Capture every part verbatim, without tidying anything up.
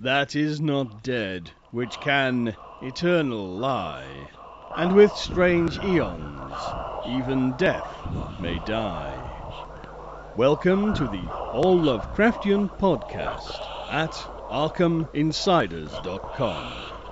that is not dead, which can eternal lie, and with strange eons even death may die. Welcome to the All Lovecraftian Podcast at arkham insiders dot com.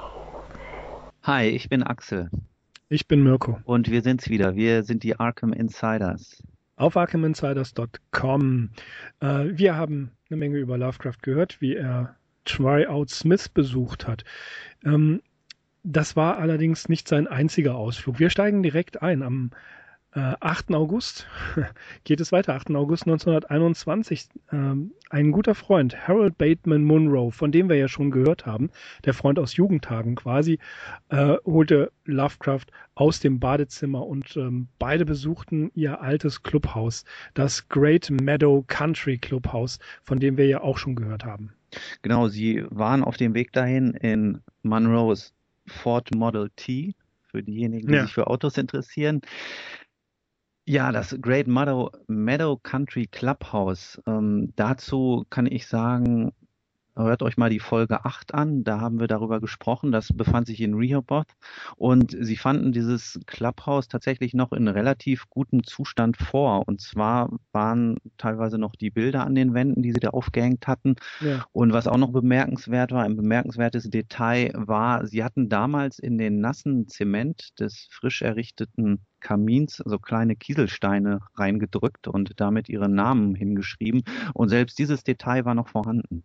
Hi, ich bin Axel. Ich bin Mirko. Und wir sind's wieder. Wir sind die Arkham Insiders. Auf arkham insiders dot com. Äh, wir haben eine Menge über Lovecraft gehört, wie er Tryout Smith besucht hat. Ähm, das war allerdings nicht sein einziger Ausflug. Wir steigen direkt ein. Am äh, achten August geht es weiter. achten August neunzehnhunderteinundzwanzig. Ähm, ein guter Freund, Harold Bateman Monroe, von dem wir ja schon gehört haben, der Freund aus Jugendtagen quasi, äh, holte Lovecraft aus dem Badezimmer und ähm, beide besuchten ihr altes Clubhaus, das Great Meadow Country Clubhaus, von dem wir ja auch schon gehört haben. Genau, sie waren auf dem Weg dahin in Monroes Ford Model T, für diejenigen, die Ja. sich für Autos interessieren. Ja, das Great Meadow, Meadow Country Clubhouse. Ähm, dazu kann ich sagen, hört euch mal die Folge acht an, da haben wir darüber gesprochen, das befand sich in Rehoboth und sie fanden dieses Clubhouse tatsächlich noch in relativ gutem Zustand vor, und zwar waren teilweise noch die Bilder an den Wänden, die sie da aufgehängt hatten. Ja. Und was auch noch bemerkenswert war, ein bemerkenswertes Detail war, sie hatten damals in den nassen Zement des frisch errichteten Kamins so kleine Kieselsteine reingedrückt und damit ihre Namen hingeschrieben, und selbst dieses Detail war noch vorhanden.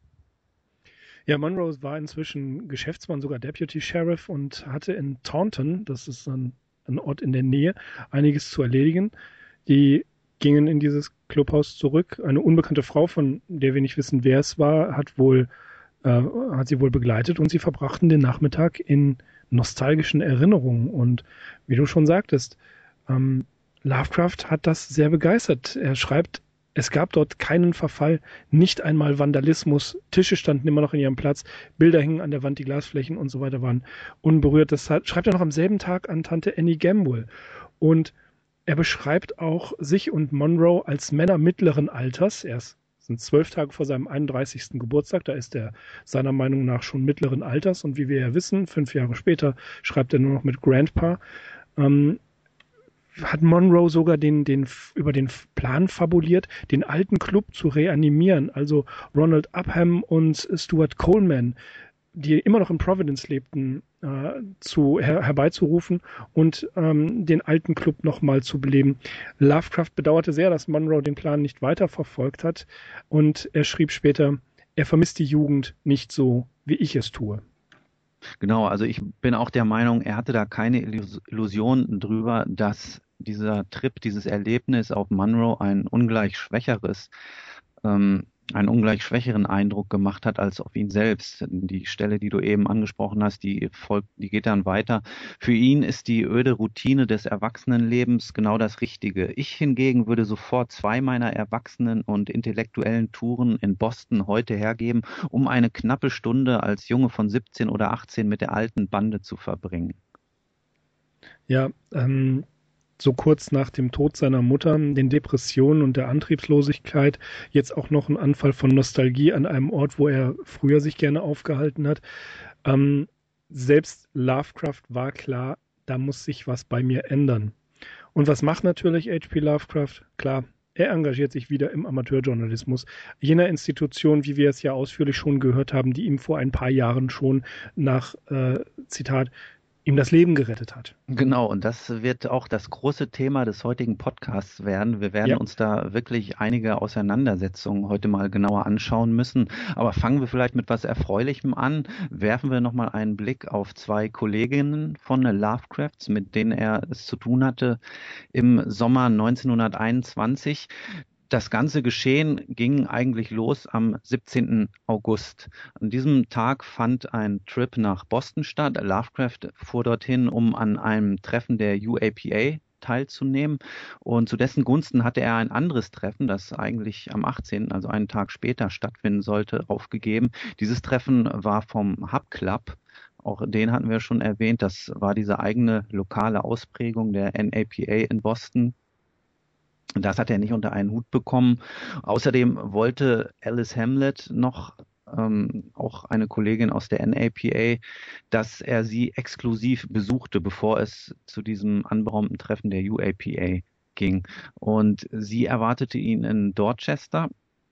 Ja, Monroe war inzwischen Geschäftsmann, sogar Deputy Sheriff, und hatte in Taunton, das ist ein, ein Ort in der Nähe, einiges zu erledigen. Die gingen in dieses Clubhaus zurück. Eine unbekannte Frau, von der wir nicht wissen, wer es war, hat wohl, äh, hat sie wohl begleitet, und sie verbrachten den Nachmittag in nostalgischen Erinnerungen. Und wie du schon sagtest, ähm, Lovecraft hat das sehr begeistert. Er schreibt, es gab dort keinen Verfall, nicht einmal Vandalismus. Tische standen immer noch in ihrem Platz, Bilder hingen an der Wand, die Glasflächen und so weiter waren unberührt. Das hat, schreibt er noch am selben Tag an Tante Annie Gamble. Und er beschreibt auch sich und Monroe als Männer mittleren Alters. Er ist, sind zwölf Tage vor seinem einunddreißigsten Geburtstag. Da ist er seiner Meinung nach schon mittleren Alters. Und wie wir ja wissen, fünf Jahre später schreibt er nur noch mit Grandpa. Ähm, hat Monroe sogar den, den, über den Plan fabuliert, den alten Club zu reanimieren. Also Ronald Upham und Stuart Coleman, die immer noch in Providence lebten, äh, zu, her, herbeizurufen und ähm, den alten Club nochmal zu beleben. Lovecraft bedauerte sehr, dass Monroe den Plan nicht weiterverfolgt hat, und er schrieb später, er vermisst die Jugend nicht so, wie ich es tue. Genau, also ich bin auch der Meinung, er hatte da keine Illusion drüber, dass dieser Trip, dieses Erlebnis auf Monroe ein ungleich schwächeres, ähm, einen ungleich schwächeren Eindruck gemacht hat als auf ihn selbst. Die Stelle, die du eben angesprochen hast, die folgt, die geht dann weiter. Für ihn ist die öde Routine des Erwachsenenlebens genau das Richtige. Ich hingegen würde sofort zwei meiner erwachsenen und intellektuellen Touren in Boston heute hergeben, um eine knappe Stunde als Junge von siebzehn oder achtzehn mit der alten Bande zu verbringen. Ja, ähm, so kurz nach dem Tod seiner Mutter, den Depressionen und der Antriebslosigkeit, jetzt auch noch ein Anfall von Nostalgie an einem Ort, wo er früher sich gerne aufgehalten hat. Ähm, selbst Lovecraft war klar, da muss sich was bei mir ändern. Und was macht natürlich H P Lovecraft? Klar, er engagiert sich wieder im Amateurjournalismus, jener Institution, wie wir es ja ausführlich schon gehört haben, die ihm vor ein paar Jahren schon nach, äh, Zitat, ihm das Leben gerettet hat. Genau, und das wird auch das große Thema des heutigen Podcasts werden. Wir werden Ja. uns da wirklich einige Auseinandersetzungen heute mal genauer anschauen müssen. Aber fangen wir vielleicht mit was Erfreulichem an. Werfen wir nochmal einen Blick auf zwei Kolleginnen von Lovecrafts, mit denen er es zu tun hatte im Sommer neunzehnhunderteinundzwanzig. Das ganze Geschehen ging eigentlich los am siebzehnten August. An diesem Tag fand ein Trip nach Boston statt. Lovecraft fuhr dorthin, um an einem Treffen der U A P A teilzunehmen. Und zu dessen Gunsten hatte er ein anderes Treffen, das eigentlich am achtzehnten, also einen Tag später stattfinden sollte, aufgegeben. Dieses Treffen war vom Hub Club. Auch den hatten wir schon erwähnt. Das war diese eigene lokale Ausprägung der N A P A in Boston. Das hat er nicht unter einen Hut bekommen. Außerdem wollte Alice Hamlet noch ähm, auch eine Kollegin aus der N A P A, dass er sie exklusiv besuchte, bevor es zu diesem anberaumten Treffen der U A P A ging. Und sie erwartete ihn in Dorchester.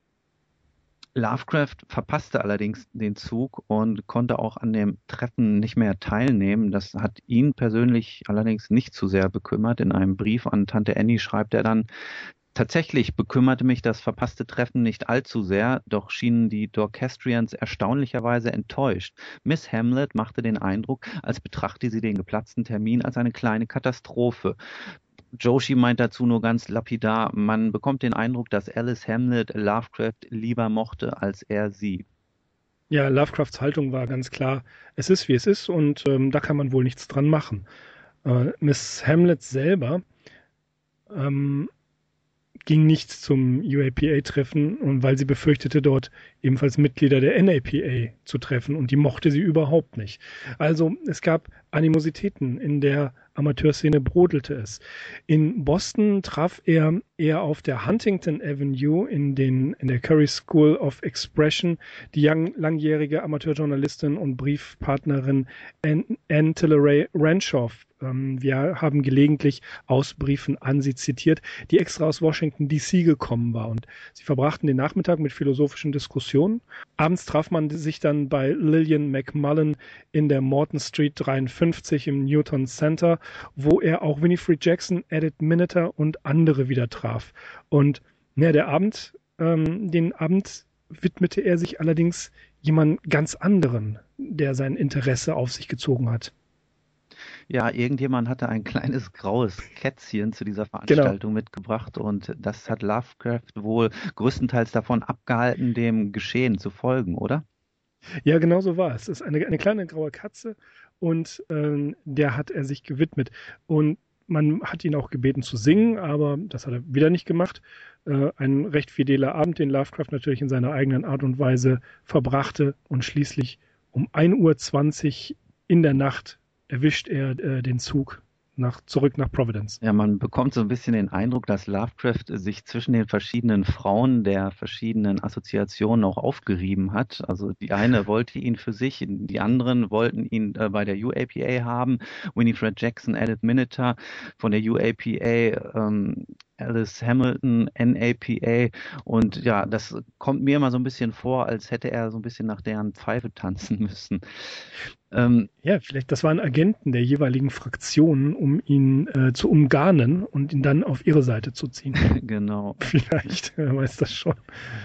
Lovecraft verpasste allerdings den Zug und konnte auch an dem Treffen nicht mehr teilnehmen. Das hat ihn persönlich allerdings nicht zu sehr bekümmert. In einem Brief an Tante Annie schreibt er dann: Tatsächlich bekümmerte mich das verpasste Treffen nicht allzu sehr, doch schienen die Dorchestrians erstaunlicherweise enttäuscht. Miss Hamlet machte den Eindruck, als betrachte sie den geplatzten Termin als eine kleine Katastrophe. Joshi meint dazu nur ganz lapidar: Man bekommt den Eindruck, dass Alice Hamlet Lovecraft lieber mochte als er sie. Ja, Lovecrafts Haltung war ganz klar, es ist wie es ist und ähm, da kann man wohl nichts dran machen. Äh, Miss Hamlet selber ähm, ging nicht zum U A P A-Treffen, und weil sie befürchtete, dort ebenfalls Mitglieder der N A P A zu treffen, und die mochte sie überhaupt nicht. Also es gab Animositäten, in der Amateurszene brodelte es. In Boston traf er eher auf der Huntington Avenue in, den, in der Curry School of Expression die young, langjährige Amateurjournalistin und Briefpartnerin Anne Tilleray Renshaw. Ähm, wir haben gelegentlich aus Briefen an sie zitiert, die extra aus Washington D C gekommen war. Und sie verbrachten den Nachmittag mit philosophischen Diskussionen. Abends traf man sich dann bei Lillian McMullen in der Morton Street dreiundfünfzig im Newton Center, wo er auch Winifred Jackson, Edith Minneter und andere wieder traf. Und ja, der Abend, ähm, den Abend widmete er sich allerdings jemand ganz anderen, der sein Interesse auf sich gezogen hat. Ja, irgendjemand hatte ein kleines graues Kätzchen zu dieser Veranstaltung genau. mitgebracht, und das hat Lovecraft wohl größtenteils davon abgehalten, dem Geschehen zu folgen, oder? Ja, genau so war es. Es ist eine, eine kleine graue Katze, und ähm, der hat er sich gewidmet. Und man hat ihn auch gebeten zu singen, aber das hat er wieder nicht gemacht. Äh, ein recht fideler Abend, den Lovecraft natürlich in seiner eigenen Art und Weise verbrachte, und schließlich um ein Uhr zwanzig in der Nacht erwischt er äh, den Zug nach, zurück nach Providence. Ja, man bekommt so ein bisschen den Eindruck, dass Lovecraft sich zwischen den verschiedenen Frauen der verschiedenen Assoziationen auch aufgerieben hat. Also die eine wollte ihn für sich, die anderen wollten ihn äh, bei der U A P A haben. Winifred Jackson, Edith Minneter von der U A P A, ähm, Alice Hamilton, N A P A, und ja, das kommt mir immer so ein bisschen vor, als hätte er so ein bisschen nach deren Pfeife tanzen müssen. Ähm, ja, vielleicht das waren Agenten der jeweiligen Fraktionen, um ihn äh, zu umgarnen und ihn dann auf ihre Seite zu ziehen. Genau. Vielleicht, wer weiß das schon.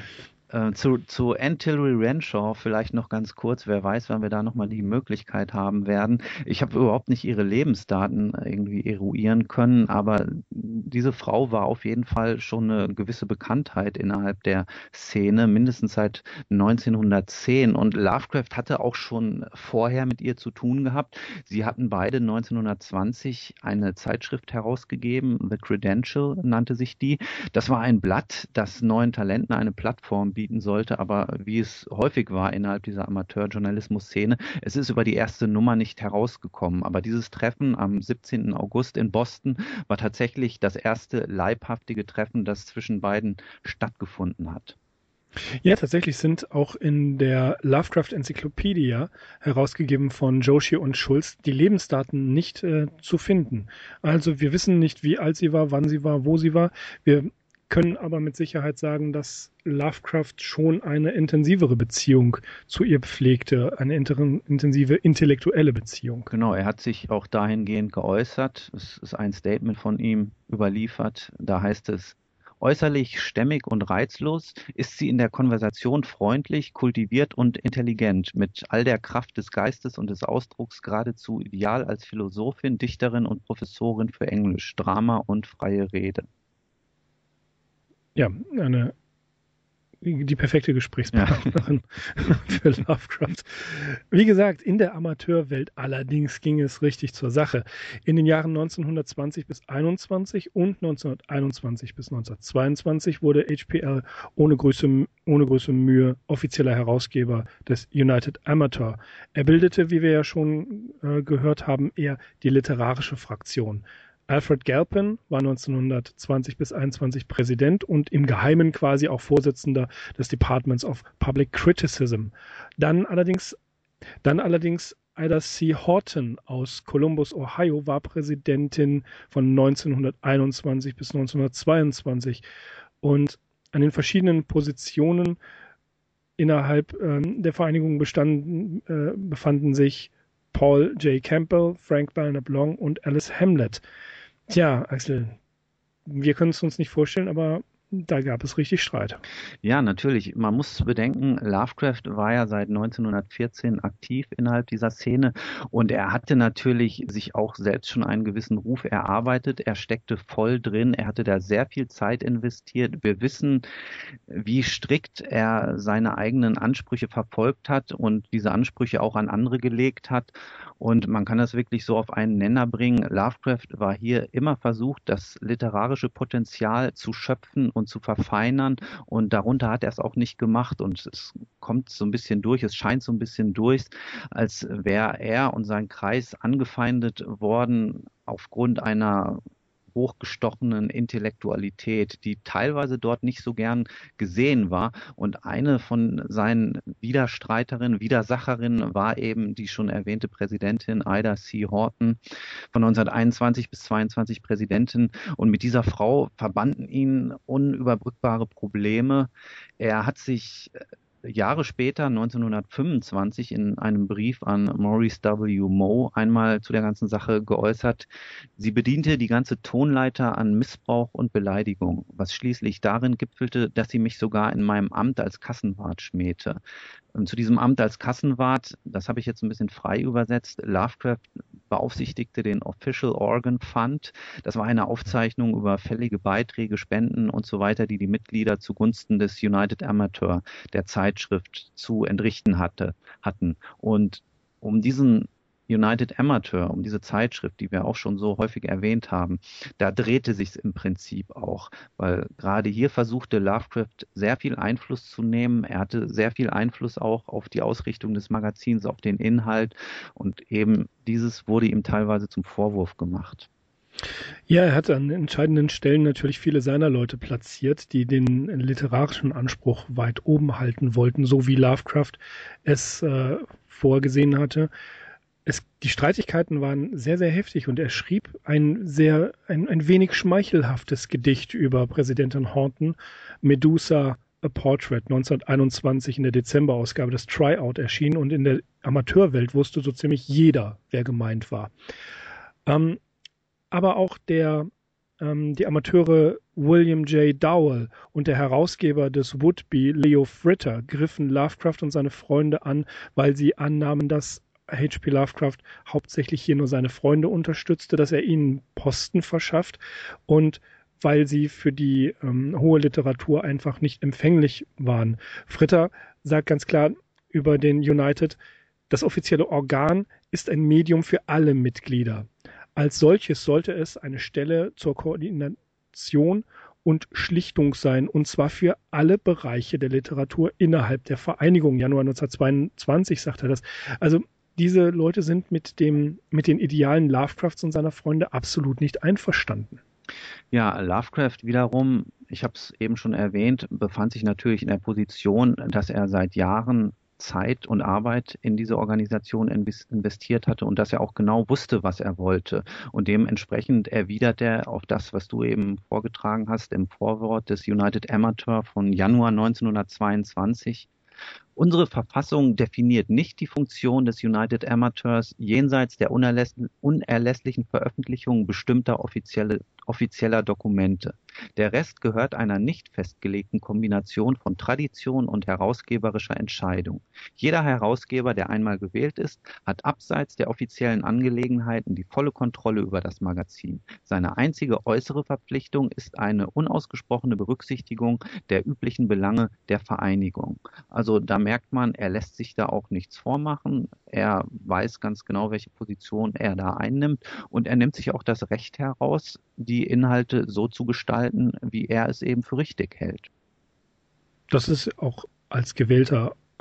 Äh, zu, zu Anne Tilleray Renshaw vielleicht noch ganz kurz, wer weiß, wann wir da nochmal die Möglichkeit haben werden. Ich habe überhaupt nicht ihre Lebensdaten irgendwie eruieren können, aber diese Frau war auf jeden Fall schon eine gewisse Bekanntheit innerhalb der Szene, mindestens seit neunzehnhundertzehn, und Lovecraft hatte auch schon vorher mit ihr zu tun gehabt. Sie hatten beide neunzehnhundertzwanzig eine Zeitschrift herausgegeben, The Credential nannte sich die. Das war ein Blatt, das neuen Talenten eine Plattform bieten sollte, aber wie es häufig war innerhalb dieser Amateurjournalismus-Szene, es ist über die erste Nummer nicht herausgekommen. Aber dieses Treffen am siebzehnten August in Boston war tatsächlich das erste leibhaftige Treffen, das zwischen beiden stattgefunden hat. Ja, tatsächlich sind auch in der Lovecraft Encyclopedia, herausgegeben von Joshi und Schulz, die Lebensdaten nicht äh, zu finden. Also wir wissen nicht, wie alt sie war, wann sie war, wo sie war. Wir können aber mit Sicherheit sagen, dass Lovecraft schon eine intensivere Beziehung zu ihr pflegte, eine intensive intellektuelle Beziehung. Genau, er hat sich auch dahingehend geäußert. Es ist ein Statement von ihm überliefert. Da heißt es: Äußerlich stämmig und reizlos ist sie in der Konversation freundlich, kultiviert und intelligent, mit all der Kraft des Geistes und des Ausdrucks geradezu ideal als Philosophin, Dichterin und Professorin für Englisch, Drama und freie Rede. Ja, eine, die perfekte Gesprächspartnerin ja. für Lovecraft. Wie gesagt, in der Amateurwelt allerdings ging es richtig zur Sache. In den Jahren neunzehnhundertzwanzig bis einundzwanzig und neunzehnhunderteinundzwanzig bis neunzehnhundertzweiundzwanzig wurde H P L ohne größere, ohne größere Mühe offizieller Herausgeber des United Amateur. Er bildete, wie wir ja schon äh, gehört haben, eher die literarische Fraktion. Alfred Galpin war neunzehnhundertzwanzig bis einundzwanzig Präsident und im Geheimen quasi auch Vorsitzender des Departments of Public Criticism. Dann allerdings, dann allerdings Ida C. Horton aus Columbus, Ohio, war Präsidentin von neunzehnhunderteinundzwanzig bis neunzehnhundertzweiundzwanzig und an den verschiedenen Positionen innerhalb ähm, der Vereinigung bestanden, äh, befanden sich Paul J. Campbell, Frank Belknap Long und Alice Hamlet. Tja, Axel, wir können es uns nicht vorstellen, aber da gab es richtig Streit. Ja, natürlich. Man muss bedenken, Lovecraft war ja seit neunzehnhundertvierzehn aktiv innerhalb dieser Szene und er hatte natürlich sich auch selbst schon einen gewissen Ruf erarbeitet. Er steckte voll drin, er hatte da sehr viel Zeit investiert. Wir wissen, wie strikt er seine eigenen Ansprüche verfolgt hat und diese Ansprüche auch an andere gelegt hat. Und man kann das wirklich so auf einen Nenner bringen. Lovecraft war hier immer versucht, das literarische Potenzial zu schöpfen und zu verfeinern und darunter hat er es auch nicht gemacht und es kommt so ein bisschen durch, es scheint so ein bisschen durch, als wäre er und sein Kreis angefeindet worden aufgrund einer hochgestochenen Intellektualität, die teilweise dort nicht so gern gesehen war. Und eine von seinen Widerstreiterinnen, Widersacherinnen war eben die schon erwähnte Präsidentin Ida C. Horton, von neunzehnhunderteinundzwanzig bis zweiundzwanzig Präsidentin. Und mit dieser Frau verbanden ihn unüberbrückbare Probleme. Er hat sich Jahre später, neunzehnhundertfünfundzwanzig, in einem Brief an Maurice W. Moe einmal zu der ganzen Sache geäußert. Sie bediente die ganze Tonleiter an Missbrauch und Beleidigung, was schließlich darin gipfelte, dass sie mich sogar in meinem Amt als Kassenwart schmähte. Und zu diesem Amt als Kassenwart, das habe ich jetzt ein bisschen frei übersetzt, Lovecraft beaufsichtigte den Official Organ Fund. Das war eine Aufzeichnung über fällige Beiträge, Spenden und so weiter, die die Mitglieder zugunsten des United Amateur, der Zeitschrift, zu entrichten hatte, hatten. Und um diesen United Amateur, um diese Zeitschrift, die wir auch schon so häufig erwähnt haben, da drehte sich es im Prinzip auch, weil gerade hier versuchte Lovecraft sehr viel Einfluss zu nehmen. Er hatte sehr viel Einfluss auch auf die Ausrichtung des Magazins, auf den Inhalt und eben dieses wurde ihm teilweise zum Vorwurf gemacht. Ja, er hat an entscheidenden Stellen natürlich viele seiner Leute platziert, die den literarischen Anspruch weit oben halten wollten, so wie Lovecraft es äh, vorgesehen hatte. Es, die Streitigkeiten waren sehr, sehr heftig und er schrieb ein sehr, ein, ein wenig schmeichelhaftes Gedicht über Präsidentin Horton, Medusa, A Portrait, neunzehnhunderteinundzwanzig in der Dezemberausgabe des Tryout erschienen und in der Amateurwelt wusste so ziemlich jeder, wer gemeint war. Ähm, aber auch der, ähm, die Amateure William J. Dowell und der Herausgeber des Would-Be, Leo Fritter, griffen Lovecraft und seine Freunde an, weil sie annahmen, dass H P. Lovecraft hauptsächlich hier nur seine Freunde unterstützte, dass er ihnen Posten verschafft und weil sie für die ähm, hohe Literatur einfach nicht empfänglich waren. Fritter sagt ganz klar über den United, das offizielle Organ ist ein Medium für alle Mitglieder. Als solches sollte es eine Stelle zur Koordination und Schlichtung sein, und zwar für alle Bereiche der Literatur innerhalb der Vereinigung. Januar neunzehnhundertzweiundzwanzig sagt er das. Also diese Leute sind mit dem, mit den Idealen Lovecrafts und seiner Freunde absolut nicht einverstanden. Ja, Lovecraft wiederum, ich habe es eben schon erwähnt, befand sich natürlich in der Position, dass er seit Jahren Zeit und Arbeit in diese Organisation investiert hatte und dass er auch genau wusste, was er wollte. Und dementsprechend erwidert er auf das, was du eben vorgetragen hast im Vorwort des United Amateur von Januar neunzehnhundertzweiundzwanzig. Unsere Verfassung definiert nicht die Funktion des United Amateurs jenseits der unerlässlichen Veröffentlichung bestimmter offizielle, offizieller Dokumente. Der Rest gehört einer nicht festgelegten Kombination von Tradition und herausgeberischer Entscheidung. Jeder Herausgeber, der einmal gewählt ist, hat abseits der offiziellen Angelegenheiten die volle Kontrolle über das Magazin. Seine einzige äußere Verpflichtung ist eine unausgesprochene Berücksichtigung der üblichen Belange der Vereinigung. Also da merkt man, er lässt sich da auch nichts vormachen. Er weiß ganz genau, welche Position er da einnimmt und er nimmt sich auch das Recht heraus, die Inhalte so zu gestalten, wie er es eben für richtig hält. Das ist auch als gewählter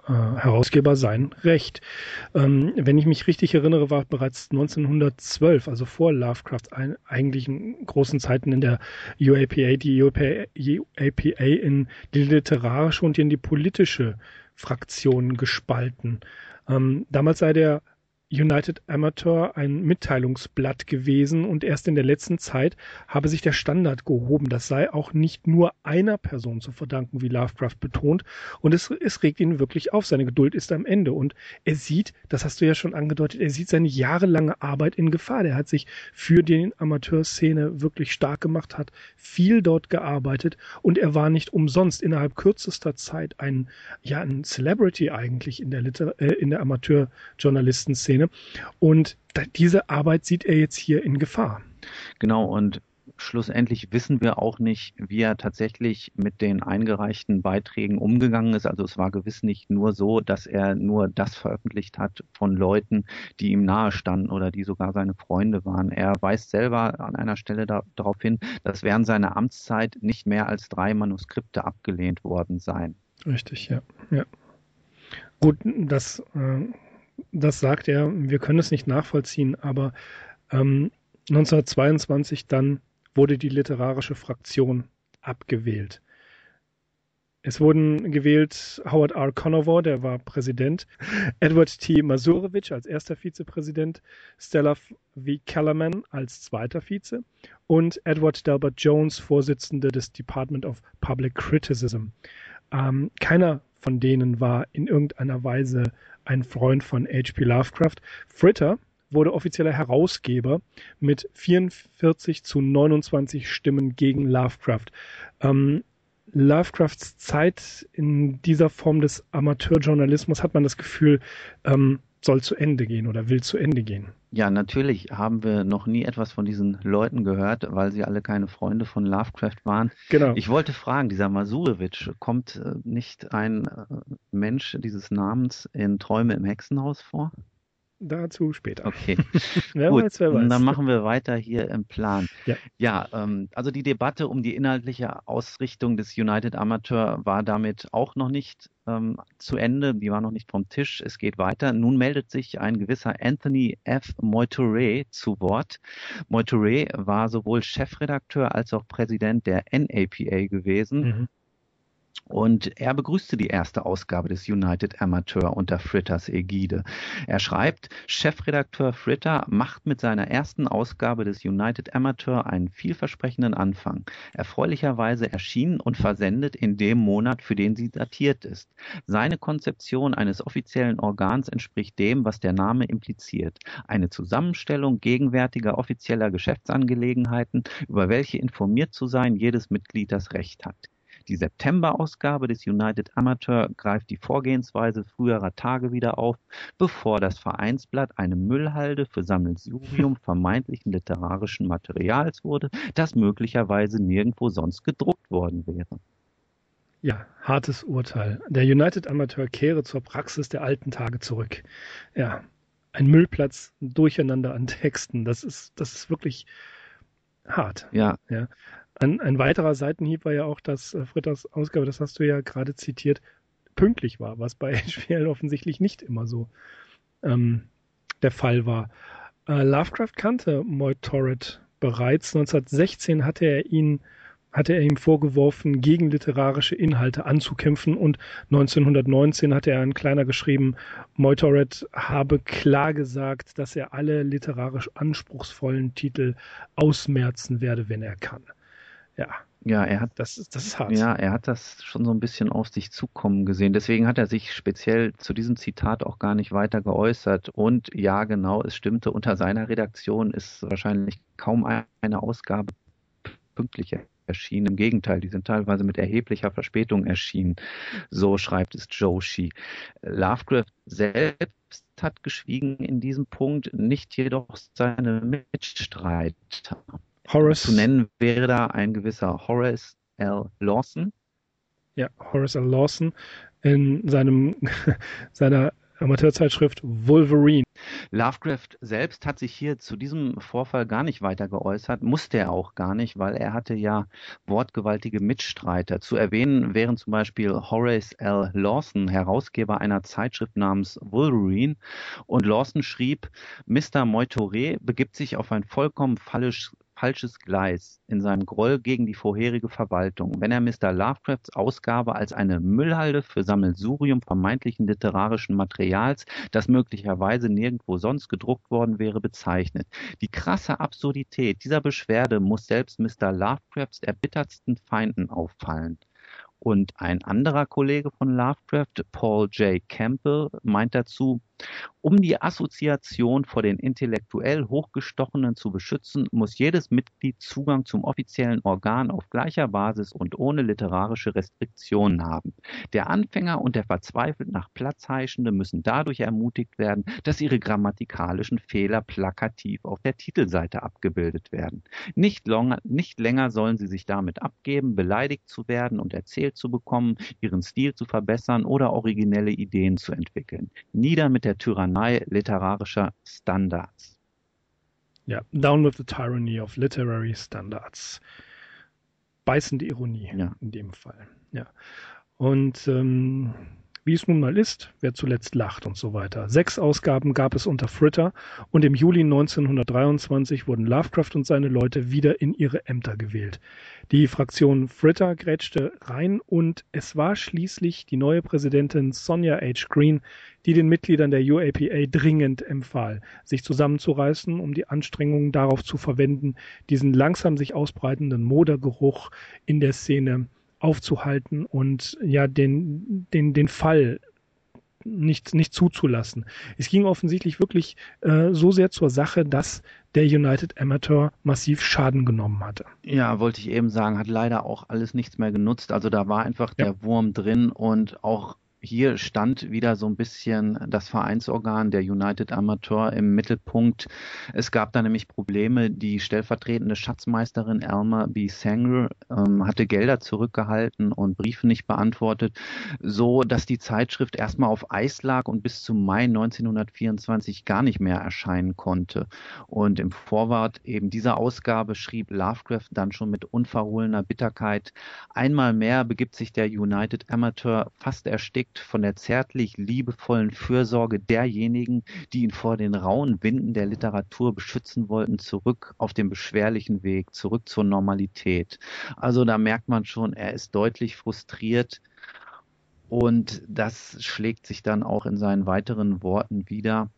äh, Herausgeber sein Recht. Ähm, wenn ich mich richtig erinnere, war bereits neunzehnhundertzwölf, also vor Lovecrafts ein, eigentlichen großen Zeiten in der U A P A, die U A P A in die literarische und in die politische Fraktion gespalten. Ähm, damals sei der United Amateur ein Mitteilungsblatt gewesen und erst in der letzten Zeit habe sich der Standard gehoben. Das sei auch nicht nur einer Person zu verdanken, wie Lovecraft betont. Und es, es regt ihn wirklich auf. Seine Geduld ist am Ende. Und er sieht, das hast du ja schon angedeutet, er sieht seine jahrelange Arbeit in Gefahr. Der hat sich für die Amateurszene wirklich stark gemacht, hat viel dort gearbeitet und er war nicht umsonst innerhalb kürzester Zeit ein, ja, ein Celebrity eigentlich in der, Liter äh, in der Amateurjournalistenszene. Und diese Arbeit sieht er jetzt hier in Gefahr. Genau, und schlussendlich wissen wir auch nicht, wie er tatsächlich mit den eingereichten Beiträgen umgegangen ist. Also es war gewiss nicht nur so, dass er nur das veröffentlicht hat von Leuten, die ihm nahe standen oder die sogar seine Freunde waren. Er weist selber an einer Stelle da, darauf hin, dass während seiner Amtszeit nicht mehr als drei Manuskripte abgelehnt worden seien. Richtig, ja. ja. Gut, das... Äh Das sagt er, wir können es nicht nachvollziehen, aber ähm, neunzehnhundertzweiundzwanzig dann wurde die literarische Fraktion abgewählt. Es wurden gewählt Howard R. Conover, der war Präsident, Edward T. Masurewicz als erster Vizepräsident, Stella V. Kellerman als zweiter Vize und Edward Delbert Jones, Vorsitzende des Department of Public Criticism. Ähm, keiner von denen war in irgendeiner Weise ein Freund von H P Lovecraft. Fritter wurde offizieller Herausgeber mit vierundvierzig zu neunundzwanzig Stimmen gegen Lovecraft. Ähm, Lovecrafts Zeit in dieser Form des Amateurjournalismus, hat man das Gefühl, ähm, soll zu Ende gehen oder will zu Ende gehen. Ja, natürlich haben wir noch nie etwas von diesen Leuten gehört, weil sie alle keine Freunde von Lovecraft waren. Genau. Ich wollte fragen, dieser Masurewitsch, kommt äh, nicht ein äh, Mensch dieses Namens in Träume im Hexenhaus vor? Dazu später. Okay, wer gut, weiß, wer weiß. dann machen wir weiter hier im Plan. Ja, ja ähm, also die Debatte um die inhaltliche Ausrichtung des United Amateur war damit auch noch nicht ähm, zu Ende, die war noch nicht vom Tisch, es geht weiter. Nun meldet sich ein gewisser Anthony F. Moytouré zu Wort. Moytouré war sowohl Chefredakteur als auch Präsident der N A P A gewesen. Mhm. Und er begrüßte die erste Ausgabe des United Amateur unter Fritters Ägide. Er schreibt, Chefredakteur Fritter macht mit seiner ersten Ausgabe des United Amateur einen vielversprechenden Anfang. Erfreulicherweise erschienen und versendet in dem Monat, für den sie datiert ist. Seine Konzeption eines offiziellen Organs entspricht dem, was der Name impliziert. Eine Zusammenstellung gegenwärtiger offizieller Geschäftsangelegenheiten, über welche informiert zu sein jedes Mitglied das Recht hat. Die September-Ausgabe des United Amateur greift die Vorgehensweise früherer Tage wieder auf, bevor das Vereinsblatt eine Müllhalde für Sammelsurium vermeintlichen literarischen Materials wurde, das möglicherweise nirgendwo sonst gedruckt worden wäre. Ja, hartes Urteil. Der United Amateur kehre zur Praxis der alten Tage zurück. Ja, ein Müllplatz, ein Durcheinander an Texten, das ist, das ist wirklich hart. Ja. ja. Ein, ein weiterer Seitenhieb war ja auch, dass äh, Fritters Ausgabe, das hast du ja gerade zitiert, pünktlich war, was bei H P L offensichtlich nicht immer so ähm, der Fall war. Äh, Lovecraft kannte Moytouré bereits. neunzehnhundertsechzehn hatte er ihn hatte er ihm vorgeworfen, gegen literarische Inhalte anzukämpfen und neunzehnhundertneunzehn hatte er ein kleiner geschrieben, Moytouré habe klar gesagt, dass er alle literarisch anspruchsvollen Titel ausmerzen werde, wenn er kann. Ja, ja, er hat das, das ist hart. Ja, er hat das schon so ein bisschen auf sich zukommen gesehen. Deswegen hat er sich speziell zu diesem Zitat auch gar nicht weiter geäußert. Und ja, genau, es stimmte, unter seiner Redaktion ist wahrscheinlich kaum eine Ausgabe pünktlich erschienen. Im Gegenteil, die sind teilweise mit erheblicher Verspätung erschienen. So schreibt es Joshi. Lovecraft selbst hat geschwiegen in diesem Punkt, nicht jedoch seine Mitstreiter. Horace. Zu nennen wäre da ein gewisser Horace L. Lawson. Ja, Horace L. Lawson in seinem, seiner Amateurzeitschrift Wolverine. Lovecraft selbst hat sich hier zu diesem Vorfall gar nicht weiter geäußert, musste er auch gar nicht, weil er hatte ja wortgewaltige Mitstreiter. Zu erwähnen wären zum Beispiel Horace L. Lawson, Herausgeber einer Zeitschrift namens Wolverine. Und Lawson schrieb, Mister Moitore begibt sich auf ein vollkommen falsch falsches Gleis in seinem Groll gegen die vorherige Verwaltung, wenn er Mister Lovecrafts Ausgabe als eine Müllhalde für Sammelsurium vermeintlichen literarischen Materials, das möglicherweise nirgendwo sonst gedruckt worden wäre, bezeichnet. Die krasse Absurdität dieser Beschwerde muss selbst Mister Lovecrafts erbittertsten Feinden auffallen. Und ein anderer Kollege von Lovecraft, Paul J. Campbell, meint dazu, um die Assoziation vor den intellektuell Hochgestochenen zu beschützen, muss jedes Mitglied Zugang zum offiziellen Organ auf gleicher Basis und ohne literarische Restriktionen haben. Der Anfänger und der verzweifelt nach Platz Heischende müssen dadurch ermutigt werden, dass ihre grammatikalischen Fehler plakativ auf der Titelseite abgebildet werden. Nicht, long, nicht länger sollen sie sich damit abgeben, beleidigt zu werden und erzählt zu bekommen, ihren Stil zu verbessern oder originelle Ideen zu entwickeln. Nieder mit der Tyrannei literarischer Standards. Ja, down with the tyranny of literary standards. Beißende Ironie Ja. in dem Fall. Ja. Und ähm, wie es nun mal ist, wer zuletzt lacht und so weiter. Sechs Ausgaben gab es unter Fritter und im Juli neunzehnhundertdreiundzwanzig wurden Lovecraft und seine Leute wieder in ihre Ämter gewählt. Die Fraktion Fritter grätschte rein und es war schließlich die neue Präsidentin Sonja H. Green, die den Mitgliedern der U A P A dringend empfahl, sich zusammenzureißen, um die Anstrengungen darauf zu verwenden, diesen langsam sich ausbreitenden Modergeruch in der Szene aufzuhalten und ja den, den, den Fall nicht, nicht zuzulassen. Es ging offensichtlich wirklich äh, so sehr zur Sache, dass der United Amateur massiv Schaden genommen hatte. Ja, wollte ich eben sagen, hat leider auch alles nichts mehr genutzt. Also da war einfach Ja. der Wurm drin und auch hier stand wieder so ein bisschen das Vereinsorgan der United Amateur im Mittelpunkt. Es gab da nämlich Probleme. Die stellvertretende Schatzmeisterin Elmer B. Sanger ähm, hatte Gelder zurückgehalten und Briefe nicht beantwortet, so dass die Zeitschrift erstmal auf Eis lag und bis zum Mai neunzehnhundertvierundzwanzig gar nicht mehr erscheinen konnte. Und im Vorwort eben dieser Ausgabe schrieb Lovecraft dann schon mit unverhohlener Bitterkeit: Einmal mehr begibt sich der United Amateur fast erstickt von der zärtlich liebevollen Fürsorge derjenigen, die ihn vor den rauen Winden der Literatur beschützen wollten, zurück auf den beschwerlichen Weg, zurück zur Normalität. Also da merkt man schon, er ist deutlich frustriert und das schlägt sich dann auch in seinen weiteren Worten wieder.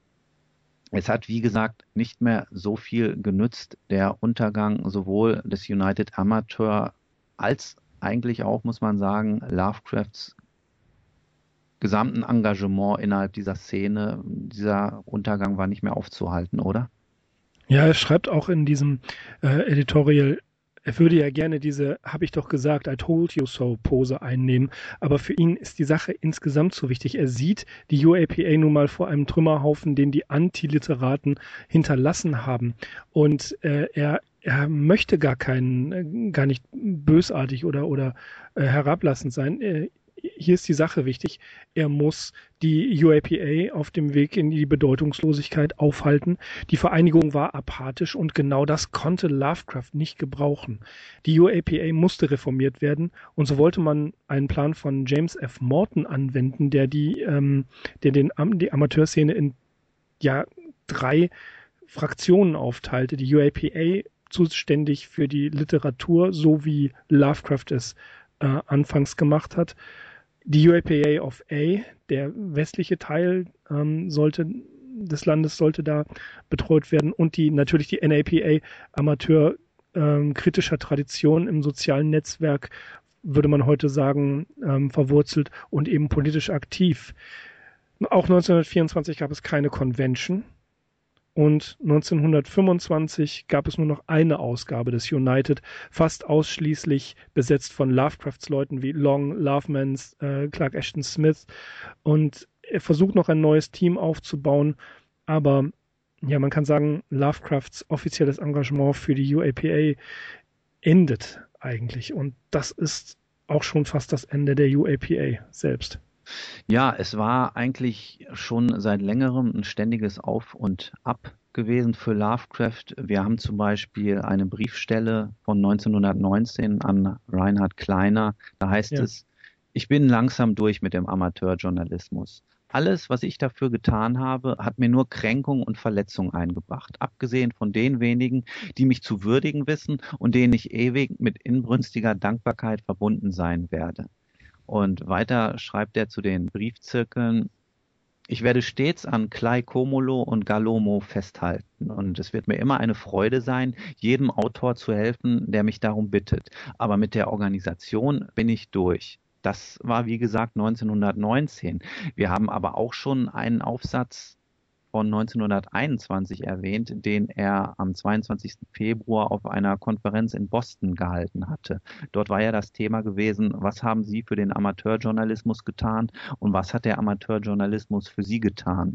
Es hat, wie gesagt, nicht mehr so viel genützt, der Untergang sowohl des United Amateur als eigentlich auch, muss man sagen, Lovecrafts gesamten Engagement innerhalb dieser Szene. Dieser Untergang war nicht mehr aufzuhalten, oder? Ja, er schreibt auch in diesem äh, Editorial, er würde ja gerne diese, habe ich doch gesagt, I told you so Pose einnehmen, aber für ihn ist die Sache insgesamt so wichtig. Er sieht die U A P A nun mal vor einem Trümmerhaufen, den die Antiliteraten hinterlassen haben. Und äh, er er möchte gar keinen, gar nicht bösartig oder, oder äh, herablassend sein. Äh, Hier ist die Sache wichtig, er muss die U A P A auf dem Weg in die Bedeutungslosigkeit aufhalten. Die Vereinigung war apathisch und genau das konnte Lovecraft nicht gebrauchen. Die U A P A musste reformiert werden und so wollte man einen Plan von James F. Morton anwenden, der die, ähm, der den, die Amateurszene in ja, drei Fraktionen aufteilte. Die U A P A zuständig für die Literatur, so wie Lovecraft es äh, anfangs gemacht hat. Die U A P A of A, der westliche Teil ähm, sollte, des Landes sollte da betreut werden und die natürlich die N A P A, Amateur ähm, kritischer Tradition im sozialen Netzwerk, würde man heute sagen, ähm, verwurzelt und eben politisch aktiv. Auch neunzehnhundertvierundzwanzig gab es keine Convention. Und neunzehnhundertfünfundzwanzig gab es nur noch eine Ausgabe des United, fast ausschließlich besetzt von Lovecrafts Leuten wie Long, Lovemans, äh, Clark Ashton Smith. Und er versucht noch ein neues Team aufzubauen. Aber ja, man kann sagen, Lovecrafts offizielles Engagement für die U A P A endet eigentlich. Und das ist auch schon fast das Ende der U A P A selbst. Ja, es war eigentlich schon seit längerem ein ständiges Auf und Ab gewesen für Lovecraft. Wir haben zum Beispiel eine Briefstelle von neunzehnhundertneunzehn an Reinhard Kleiner. Da heißt Ja. es, ich bin langsam durch mit dem Amateurjournalismus. Alles, was ich dafür getan habe, hat mir nur Kränkung und Verletzung eingebracht, abgesehen von den wenigen, die mich zu würdigen wissen und denen ich ewig mit inbrünstiger Dankbarkeit verbunden sein werde. Und weiter schreibt er zu den Briefzirkeln, ich werde stets an Klei Komolo und Galomo festhalten und es wird mir immer eine Freude sein, jedem Autor zu helfen, der mich darum bittet. Aber mit der Organisation bin ich durch. Das war, wie gesagt, neunzehnhundertneunzehn. Wir haben aber auch schon einen Aufsatz von neunzehnhunderteinundzwanzig erwähnt, den er am zweiundzwanzigsten Februar auf einer Konferenz in Boston gehalten hatte. Dort war ja das Thema gewesen, was haben Sie für den Amateurjournalismus getan und was hat der Amateurjournalismus für Sie getan?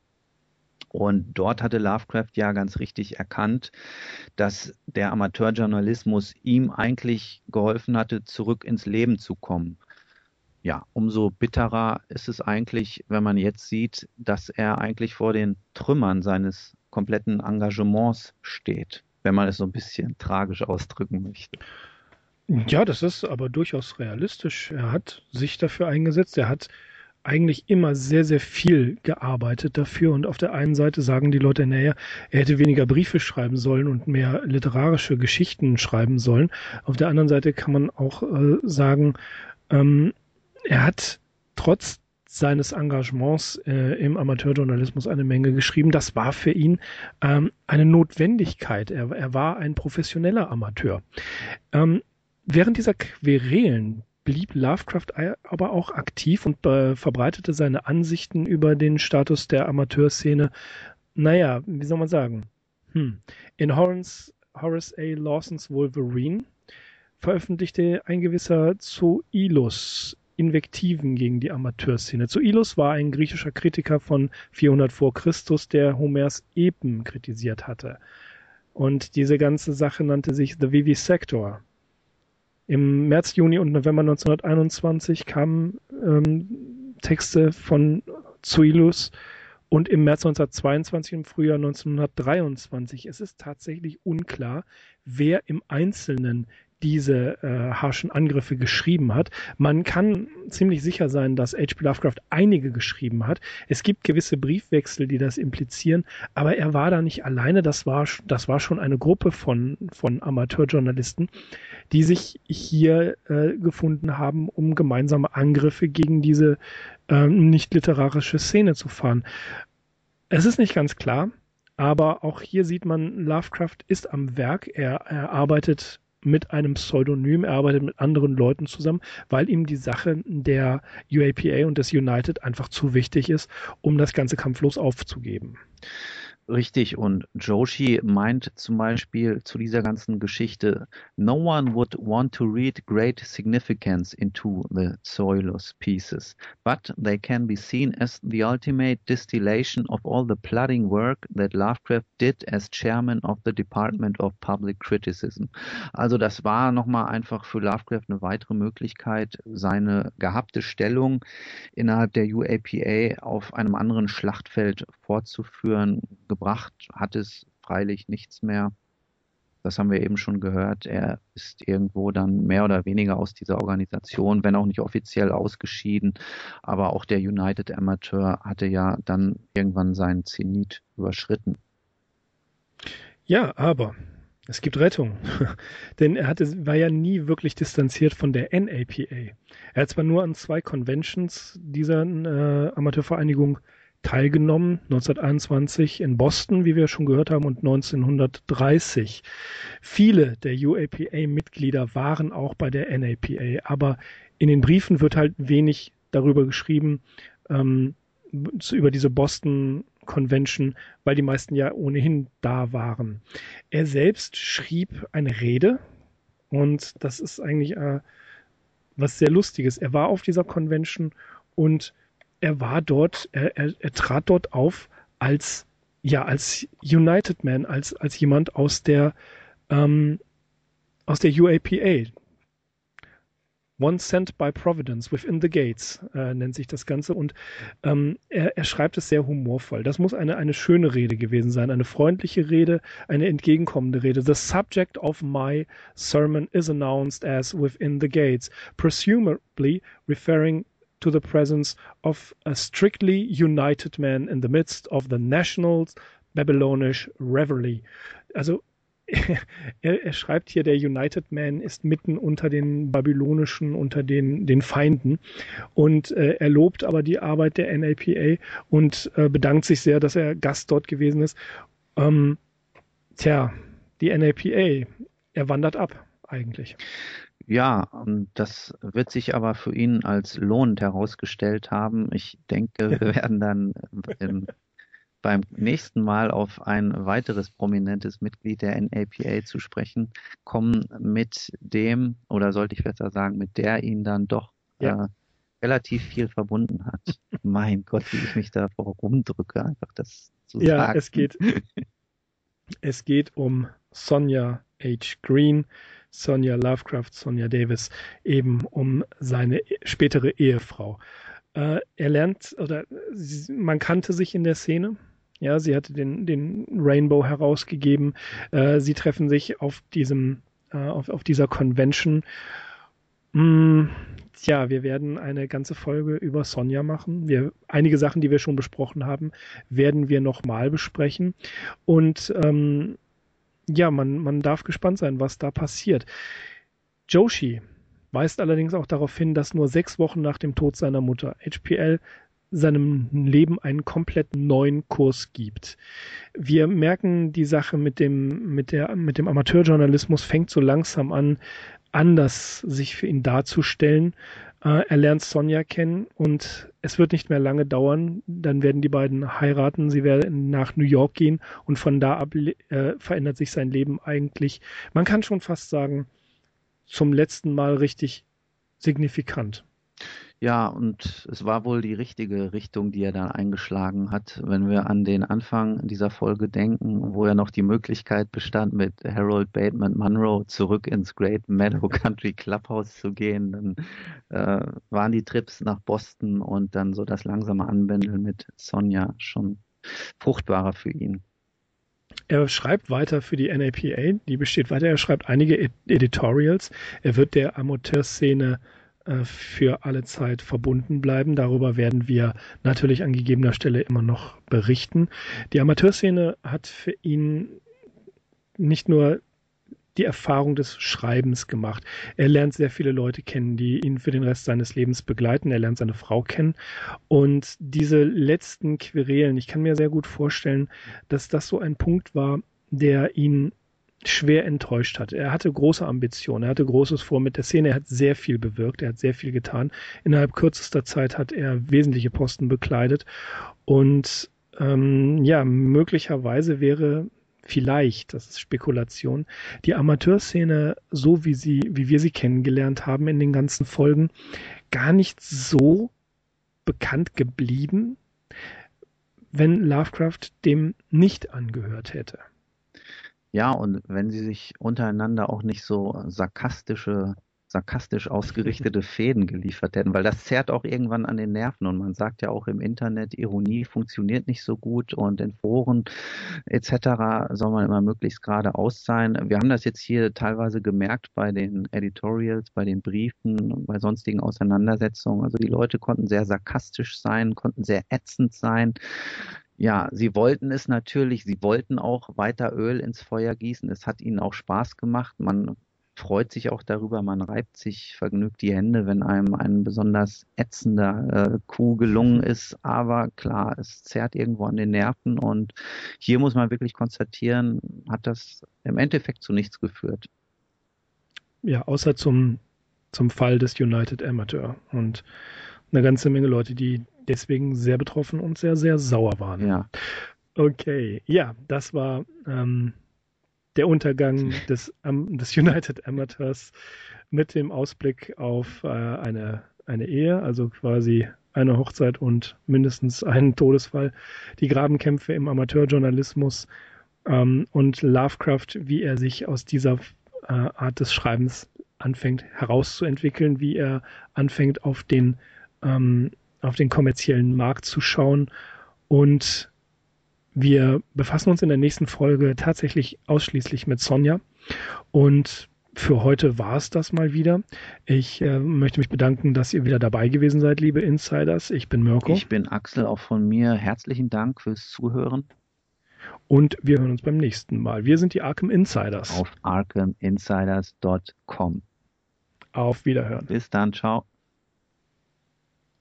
Und dort hatte Lovecraft ja ganz richtig erkannt, dass der Amateurjournalismus ihm eigentlich geholfen hatte, zurück ins Leben zu kommen. Ja, umso bitterer ist es eigentlich, wenn man jetzt sieht, dass er eigentlich vor den Trümmern seines kompletten Engagements steht, wenn man es so ein bisschen tragisch ausdrücken möchte. Ja, das ist aber durchaus realistisch. Er hat sich dafür eingesetzt. Er hat eigentlich immer sehr, sehr viel gearbeitet dafür. Und auf der einen Seite sagen die Leute, naja, er hätte weniger Briefe schreiben sollen und mehr literarische Geschichten schreiben sollen. Auf der anderen Seite kann man auch äh, sagen, ähm, er hat trotz seines Engagements äh, im Amateurjournalismus eine Menge geschrieben. Das war für ihn ähm, eine Notwendigkeit. Er, er war ein professioneller Amateur. Ähm, während dieser Querelen blieb Lovecraft aber auch aktiv und äh, verbreitete seine Ansichten über den Status der Amateurszene. Naja, wie soll man sagen? Hm. In Horace, Horace A. Lawsons Wolverine veröffentlichte ein gewisser Zoilus Invektiven gegen die Amateurszene. Zoilus war ein griechischer Kritiker von vierhundert vor Christus, der Homers Epen kritisiert hatte. Und diese ganze Sache nannte sich The Vivisector. Im März, Juni und November neunzehnhunderteinundzwanzig kamen ähm, Texte von Zoilus und im März neunzehnhundertzweiundzwanzig, im Frühjahr neunzehnhundertdreiundzwanzig. Es ist tatsächlich unklar, wer im Einzelnen diese äh, harschen Angriffe geschrieben hat. Man kann ziemlich sicher sein, dass H P Lovecraft einige geschrieben hat. Es gibt gewisse Briefwechsel, die das implizieren, aber er war da nicht alleine. Das war, das war schon eine Gruppe von, von Amateurjournalisten, die sich hier äh, gefunden haben, um gemeinsame Angriffe gegen diese äh, nicht literarische Szene zu fahren. Es ist nicht ganz klar, aber auch hier sieht man, Lovecraft ist am Werk. Er, er arbeitet mit einem Pseudonym, er arbeitet mit anderen Leuten zusammen, weil ihm die Sache der U A P A und des United einfach zu wichtig ist, um das Ganze kampflos aufzugeben. Richtig, und Joshi meint zum Beispiel zu dieser ganzen Geschichte, no one would want to read great significance into the Zoilus pieces, but they can be seen as the ultimate distillation of all the plodding work that Lovecraft did as chairman of the Department of Public Criticism. Also das war nochmal einfach für Lovecraft eine weitere Möglichkeit, seine gehabte Stellung innerhalb der U A P A auf einem anderen Schlachtfeld fortzuführen. Gebracht hat es freilich nichts mehr. Das haben wir eben schon gehört. Er ist irgendwo dann mehr oder weniger aus dieser Organisation, wenn auch nicht offiziell, ausgeschieden. Aber auch der United Amateur hatte ja dann irgendwann seinen Zenit überschritten. Ja, aber es gibt Rettung. Denn er hatte, war ja nie wirklich distanziert von der N A P A. Er hat zwar nur an zwei Conventions dieser äh, Amateurvereinigung teilgenommen, neunzehnhunderteinundzwanzig in Boston, wie wir schon gehört haben, und neunzehnhundertdreißig. Viele der U A P A-Mitglieder waren auch bei der N A P A, aber in den Briefen wird halt wenig darüber geschrieben, ähm, über diese Boston Convention, weil die meisten ja ohnehin da waren. Er selbst schrieb eine Rede und das ist eigentlich äh, was sehr Lustiges. Er war auf dieser Convention und er war dort, er, er, er trat dort auf als, ja, als United Man, als, als jemand aus der, ähm, aus der U A P A. One sent by Providence within the gates, äh, nennt sich das Ganze. Und ähm, er, er schreibt es sehr humorvoll. Das muss eine, eine schöne Rede gewesen sein, eine freundliche Rede, eine entgegenkommende Rede. The subject of my sermon is announced as within the gates, presumably referring to the presence of a strictly united man in the midst of the national Babylonish revelry. Also er, er schreibt hier, der United Man ist mitten unter den babylonischen, unter den, den Feinden, und äh, er lobt aber die Arbeit der N A P A und äh, bedankt sich sehr, dass er Gast dort gewesen ist. Ähm, tja, die N A P A, er wandert ab eigentlich. Ja, und das wird sich aber für ihn als lohnend herausgestellt haben. Ich denke, wir werden dann im beim nächsten Mal auf ein weiteres prominentes Mitglied der N A P A zu sprechen kommen, mit dem, oder sollte ich besser sagen, mit der ihn dann doch ja. äh, relativ viel verbunden hat. Mein Gott, wie ich mich da rumdrücke, einfach das zu ja, sagen. Ja, es geht, es geht um Sonja H. Green, Sonja Lovecraft, Sonja Davis, eben um seine spätere Ehefrau. Äh, er lernt, oder sie, man kannte sich in der Szene. Ja, sie hatte den, den Rainbow herausgegeben. Äh, sie treffen sich auf diesem, äh, auf, auf dieser Convention. Mm, tja, wir werden eine ganze Folge über Sonja machen. Wir, einige Sachen, die wir schon besprochen haben, werden wir nochmal besprechen. Und ähm, ja, man, man darf gespannt sein, was da passiert. Joshi weist allerdings auch darauf hin, dass nur sechs Wochen nach dem Tod seiner Mutter H P L seinem Leben einen komplett neuen Kurs gibt. Wir merken, die Sache mit dem, mit der, mit dem Amateurjournalismus fängt so langsam an, anders sich für ihn darzustellen. Äh, er lernt Sonja kennen und es wird nicht mehr lange dauern. Dann werden die beiden heiraten. Sie werden nach New York gehen und von da ab äh, verändert sich sein Leben eigentlich. Man kann schon fast sagen, zum letzten Mal richtig signifikant. Ja, und es war wohl die richtige Richtung, die er dann eingeschlagen hat. Wenn wir an den Anfang dieser Folge denken, wo ja noch die Möglichkeit bestand, mit Harold Bateman Monroe zurück ins Great Meadow Country Clubhouse zu gehen, dann äh, waren die Trips nach Boston und dann so das langsame Anbändeln mit Sonja schon fruchtbarer für ihn. Er schreibt weiter für die N A P A, die besteht weiter. Er schreibt einige Editorials. Er wird der Amateurszene äh, für alle Zeit verbunden bleiben. Darüber werden wir natürlich an gegebener Stelle immer noch berichten. Die Amateurszene hat für ihn nicht nur die Erfahrung des Schreibens gemacht. Er lernt sehr viele Leute kennen, die ihn für den Rest seines Lebens begleiten. Er lernt seine Frau kennen. Und diese letzten Querelen, ich kann mir sehr gut vorstellen, dass das so ein Punkt war, der ihn schwer enttäuscht hat. Er hatte große Ambitionen, er hatte Großes vor mit der Szene, er hat sehr viel bewirkt, er hat sehr viel getan. Innerhalb kürzester Zeit hat er wesentliche Posten bekleidet. Und ähm, ja, möglicherweise wäre vielleicht, das ist Spekulation, die Amateurszene, so wie sie, wie wir sie kennengelernt haben in den ganzen Folgen, gar nicht so bekannt geblieben, wenn Lovecraft dem nicht angehört hätte. Ja, und wenn sie sich untereinander auch nicht so sarkastische, sarkastisch ausgerichtete Fäden geliefert hätten, weil das zerrt auch irgendwann an den Nerven und man sagt ja auch im Internet, Ironie funktioniert nicht so gut und in Foren et cetera soll man immer möglichst geradeaus sein. Wir haben das jetzt hier teilweise gemerkt bei den Editorials, bei den Briefen, bei sonstigen Auseinandersetzungen. Also die Leute konnten sehr sarkastisch sein, konnten sehr ätzend sein. Ja, sie wollten es natürlich, sie wollten auch weiter Öl ins Feuer gießen. Es hat ihnen auch Spaß gemacht. Man freut sich auch darüber, man reibt sich vergnügt die Hände, wenn einem ein besonders ätzender äh, Coup gelungen ist. Aber klar, es zerrt irgendwo an den Nerven und hier muss man wirklich konstatieren, hat das im Endeffekt zu nichts geführt. Ja, außer zum, zum Fall des United Amateur und eine ganze Menge Leute, die deswegen sehr betroffen und sehr, sehr sauer waren. Ja. Okay, ja, das war ähm, der Untergang des, um, des United Amateurs mit dem Ausblick auf äh, eine, eine Ehe, also quasi eine Hochzeit und mindestens einen Todesfall, die Grabenkämpfe im Amateurjournalismus ähm, und Lovecraft, wie er sich aus dieser äh, Art des Schreibens anfängt herauszuentwickeln, wie er anfängt auf den, ähm, auf den kommerziellen Markt zu schauen. Und wir befassen uns in der nächsten Folge tatsächlich ausschließlich mit Sonja. Und für heute war es das mal wieder. Ich äh, möchte mich bedanken, dass ihr wieder dabei gewesen seid, liebe Insiders. Ich bin Mirko. Ich bin Axel, auch von mir. Herzlichen Dank fürs Zuhören. Und wir hören uns beim nächsten Mal. Wir sind die Arkham Insiders. Auf arkham insiders dot com. Auf Wiederhören. Bis dann, ciao.